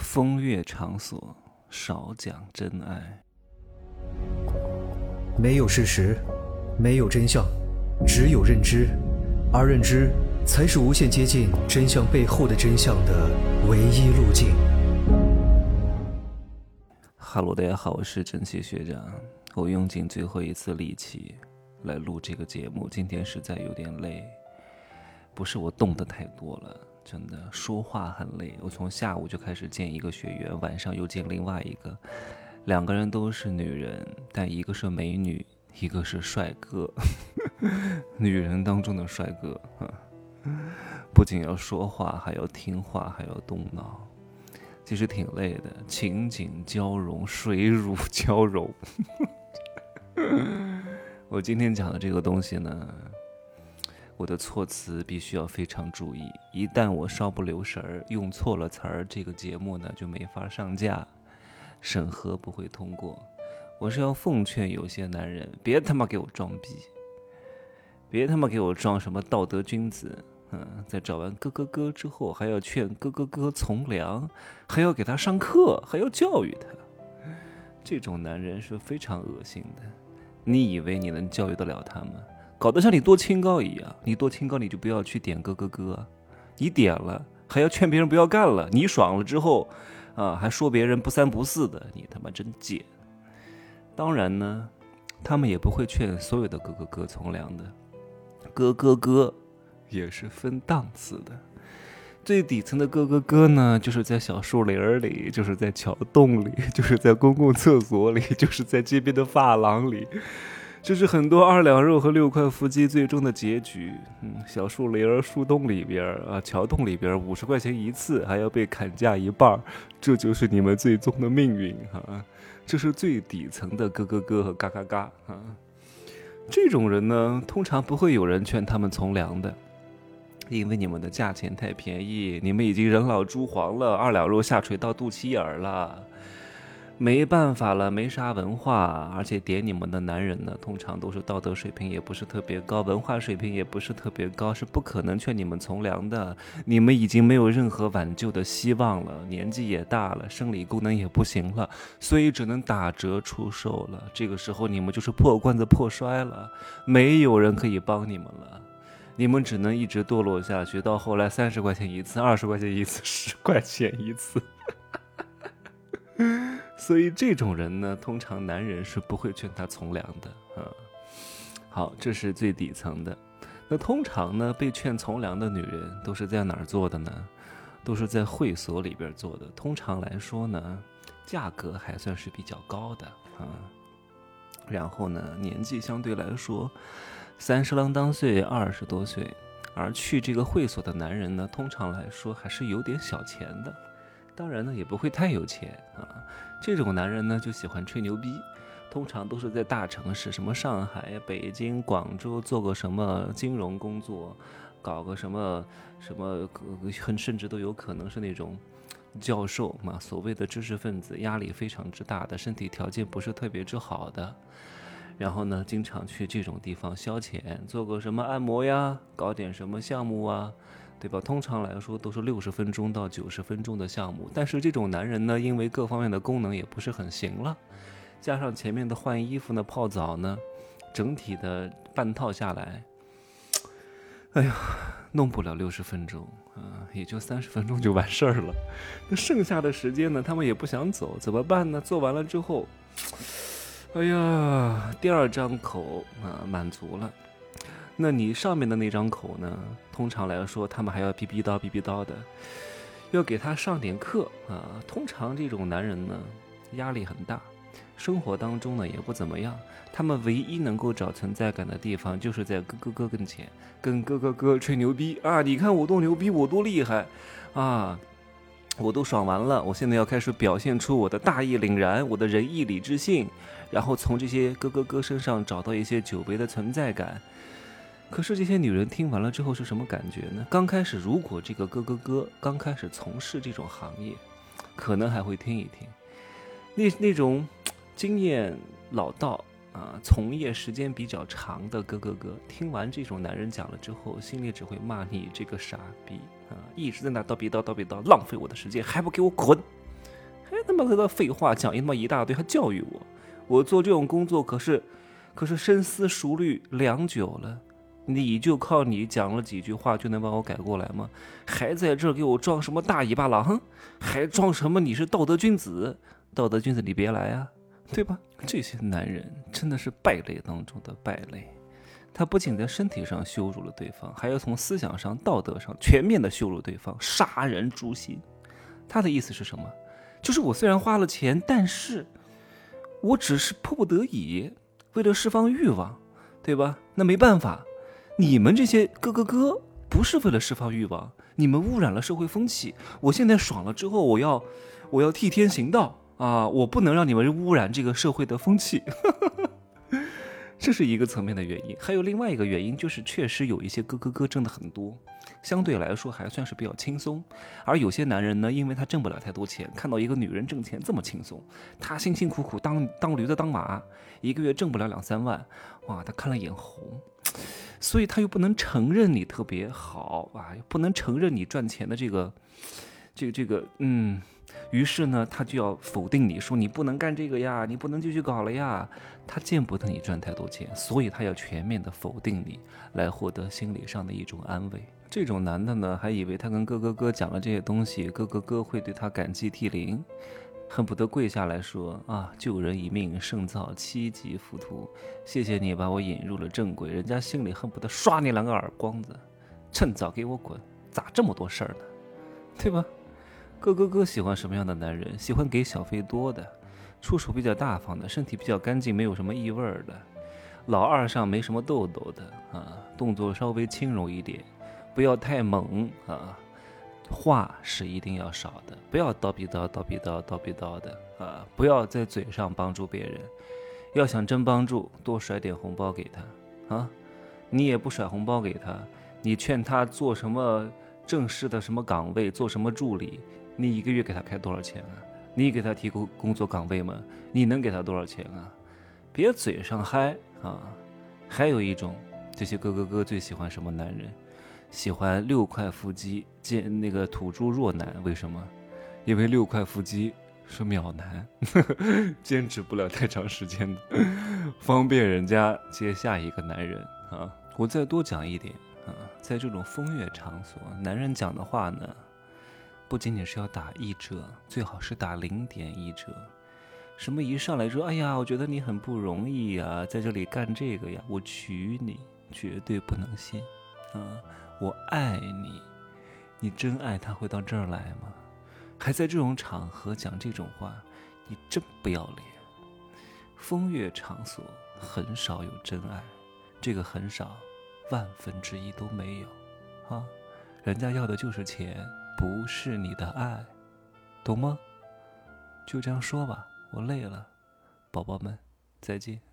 风月场所，少讲真爱。 没有事实，没有真相，只有认知，而认知才是无限接近真相背后的真相的唯一路径。 哈喽，大家好，我是蒸汽学长。我用尽最后一次力气来录这个节目，今天实在有点累，不是我动得太多了，真的说话很累。我从下午就开始见一个学员，晚上又见另外一个，两个人都是女人，但一个是美女，一个是帅哥，女人当中的帅哥，不仅要说话，还要听话，还要动脑，其实挺累的，情景交融，水乳交融。我今天讲的这个东西呢，我的措辞必须要非常注意，一旦我稍不留神儿，用错了词儿，这个节目呢就没法上架，审核不会通过。我是要奉劝有些男人，别他妈给我装逼，别他妈给我装什么道德君子，在找完哥哥哥之后，还要劝哥哥哥从良，还要给他上课，还要教育他，这种男人是非常恶心的。你以为你能教育得了他吗？搞得像你多清高一样，你多清高你就不要去点哥哥哥，你点了还要劝别人不要干了，你爽了之后还说别人不三不四的，你他妈真贱。当然呢，他们也不会劝所有的哥哥哥从良的，哥哥哥也是分档次的。最底层的哥哥哥呢，就是在小树林里，就是在桥洞里，就是在公共厕所里，就是在街边的发廊里，这是很多2两肉和6块腹肌最终的结局。小树林、树洞里边桥洞里边50块钱一次，还要被砍价一半，这就是你们最终的命运这是最底层的哥哥哥和嘎嘎嘎这种人呢，通常不会有人劝他们从良的。因为你们的价钱太便宜，你们已经人老珠黄了，2两肉下垂到肚脐眼了，没办法了，没啥文化，而且点你们的男人呢，通常都是道德水平也不是特别高，文化水平也不是特别高，是不可能劝你们从良的。你们已经没有任何挽救的希望了，年纪也大了，生理功能也不行了，所以只能打折出售了。这个时候你们就是破罐子破摔了，没有人可以帮你们了。你们只能一直堕落下去，到后来30块钱一次，20块钱一次，10块钱一次。所以这种人呢，通常男人是不会劝他从良的好，这是最底层的。那通常呢，被劝从良的女人都是在哪儿做的呢？都是在会所里边做的。通常来说呢，价格还算是比较高的然后呢，年纪相对来说30郎当岁，20多岁，而去这个会所的男人呢，通常来说还是有点小钱的，当然呢也不会太有钱这种男人呢就喜欢吹牛逼，通常都是在大城市，什么上海、北京、广州做个什么金融工作，搞个什么甚至都有可能是那种教授嘛，所谓的知识分子，压力非常之大的，身体条件不是特别之好的。然后呢，经常去这种地方消遣，做个什么按摩呀，搞点什么项目啊，对吧？通常来说都是60分钟到90分钟的项目。但是这种男人呢，因为各方面的功能也不是很行了，加上前面的换衣服呢、泡澡呢，整体的半套下来，哎呀，弄不了60分钟也就30分钟就完事儿了。那剩下的时间呢，他们也不想走，怎么办呢？做完了之后，哎呀，第2张口满足了，那你上面的那张口呢，通常来说他们还要逼逼叨的，要给他上点课通常这种男人呢，压力很大，生活当中呢也不怎么样，他们唯一能够找存在感的地方，就是在哥哥哥跟前跟哥哥哥吹牛逼你看我多牛逼，我多厉害我都爽完了，我现在要开始表现出我的大义凛然，我的仁义礼智信，然后从这些哥哥哥身上找到一些久违的存在感。可是这些女人听完了之后是什么感觉呢？刚开始如果这个哥哥哥刚开始从事这种行业，可能还会听一听，那种经验老道从业时间比较长的哥哥哥，听完这种男人讲了之后，心里只会骂你这个傻逼一直在那叨逼叨，浪费我的时间，还不给我滚！ 还他妈的废话讲一大堆，还教育我做这种工作可是深思熟虑良久了，你就靠你讲了几句话就能把我改过来吗？还在这儿给我装什么大尾巴狼，还装什么你是道德君子？道德君子你别来啊，对吧？这些男人真的是败类当中的败类，他不仅在身体上羞辱了对方，还要从思想上道德上全面的羞辱对方，杀人诛心。他的意思是什么？就是我虽然花了钱，但是我只是迫不得已，为了释放欲望，对吧？那没办法，你们这些哥不是为了释放欲望，你们污染了社会风气。我现在爽了之后，我要替天行道啊！我不能让你们污染这个社会的风气。这是一个层面的原因，还有另外一个原因，就是确实有一些哥真的很多，相对来说还算是比较轻松。而有些男人呢，因为他挣不了太多钱，看到一个女人挣钱这么轻松，他辛辛苦苦当驴的当马，一个月挣不了2-3万，哇，他看了眼红，所以他又不能承认你特别好啊，又不能承认你赚钱的这个，于是呢，他就要否定你，说你不能干这个呀，你不能继续搞了呀。他见不得你赚太多钱，所以他要全面的否定你，来获得心理上的一种安慰。这种男的呢，还以为他跟哥讲了这些东西，哥会对他感激涕零，恨不得跪下来说啊，救人一命胜造7级浮屠，谢谢你把我引入了正轨。人家心里恨不得刷你2个耳光子，趁早给我滚，咋这么多事儿呢？对吧？哥喜欢什么样的男人？喜欢给小费多的，出手比较大方的，身体比较干净，没有什么异味的，老二上没什么痘痘的啊，动作稍微轻柔一点，不要太猛啊，话是一定要少的，不要叨逼叨的啊，不要在嘴上帮助别人，要想真帮助，多甩点红包给他啊，你也不甩红包给他，你劝他做什么正式的什么岗位，做什么助理，你一个月给他开多少钱啊？你给他提供工作岗位吗？你能给他多少钱啊？别嘴上嗨啊！还有一种，这些哥最喜欢什么男人？喜欢6块腹肌兼那个土猪弱男。为什么？因为6块腹肌是秒男，坚持不了太长时间的，方便人家接下一个男人啊。我再多讲一点啊，在这种风月场所，男人讲的话呢，不仅仅是要打1折，最好是打0.1折。什么一上来说，哎呀，我觉得你很不容易呀，在这里干这个呀，我娶你，绝对不能信啊！我爱你，你真爱他会到这儿来吗？还在这种场合讲这种话，你真不要脸！风月场所很少有真爱，这个很少，1/1000都没有啊！人家要的就是钱，不是你的爱，懂吗？就这样说吧，我累了，宝宝们，再见。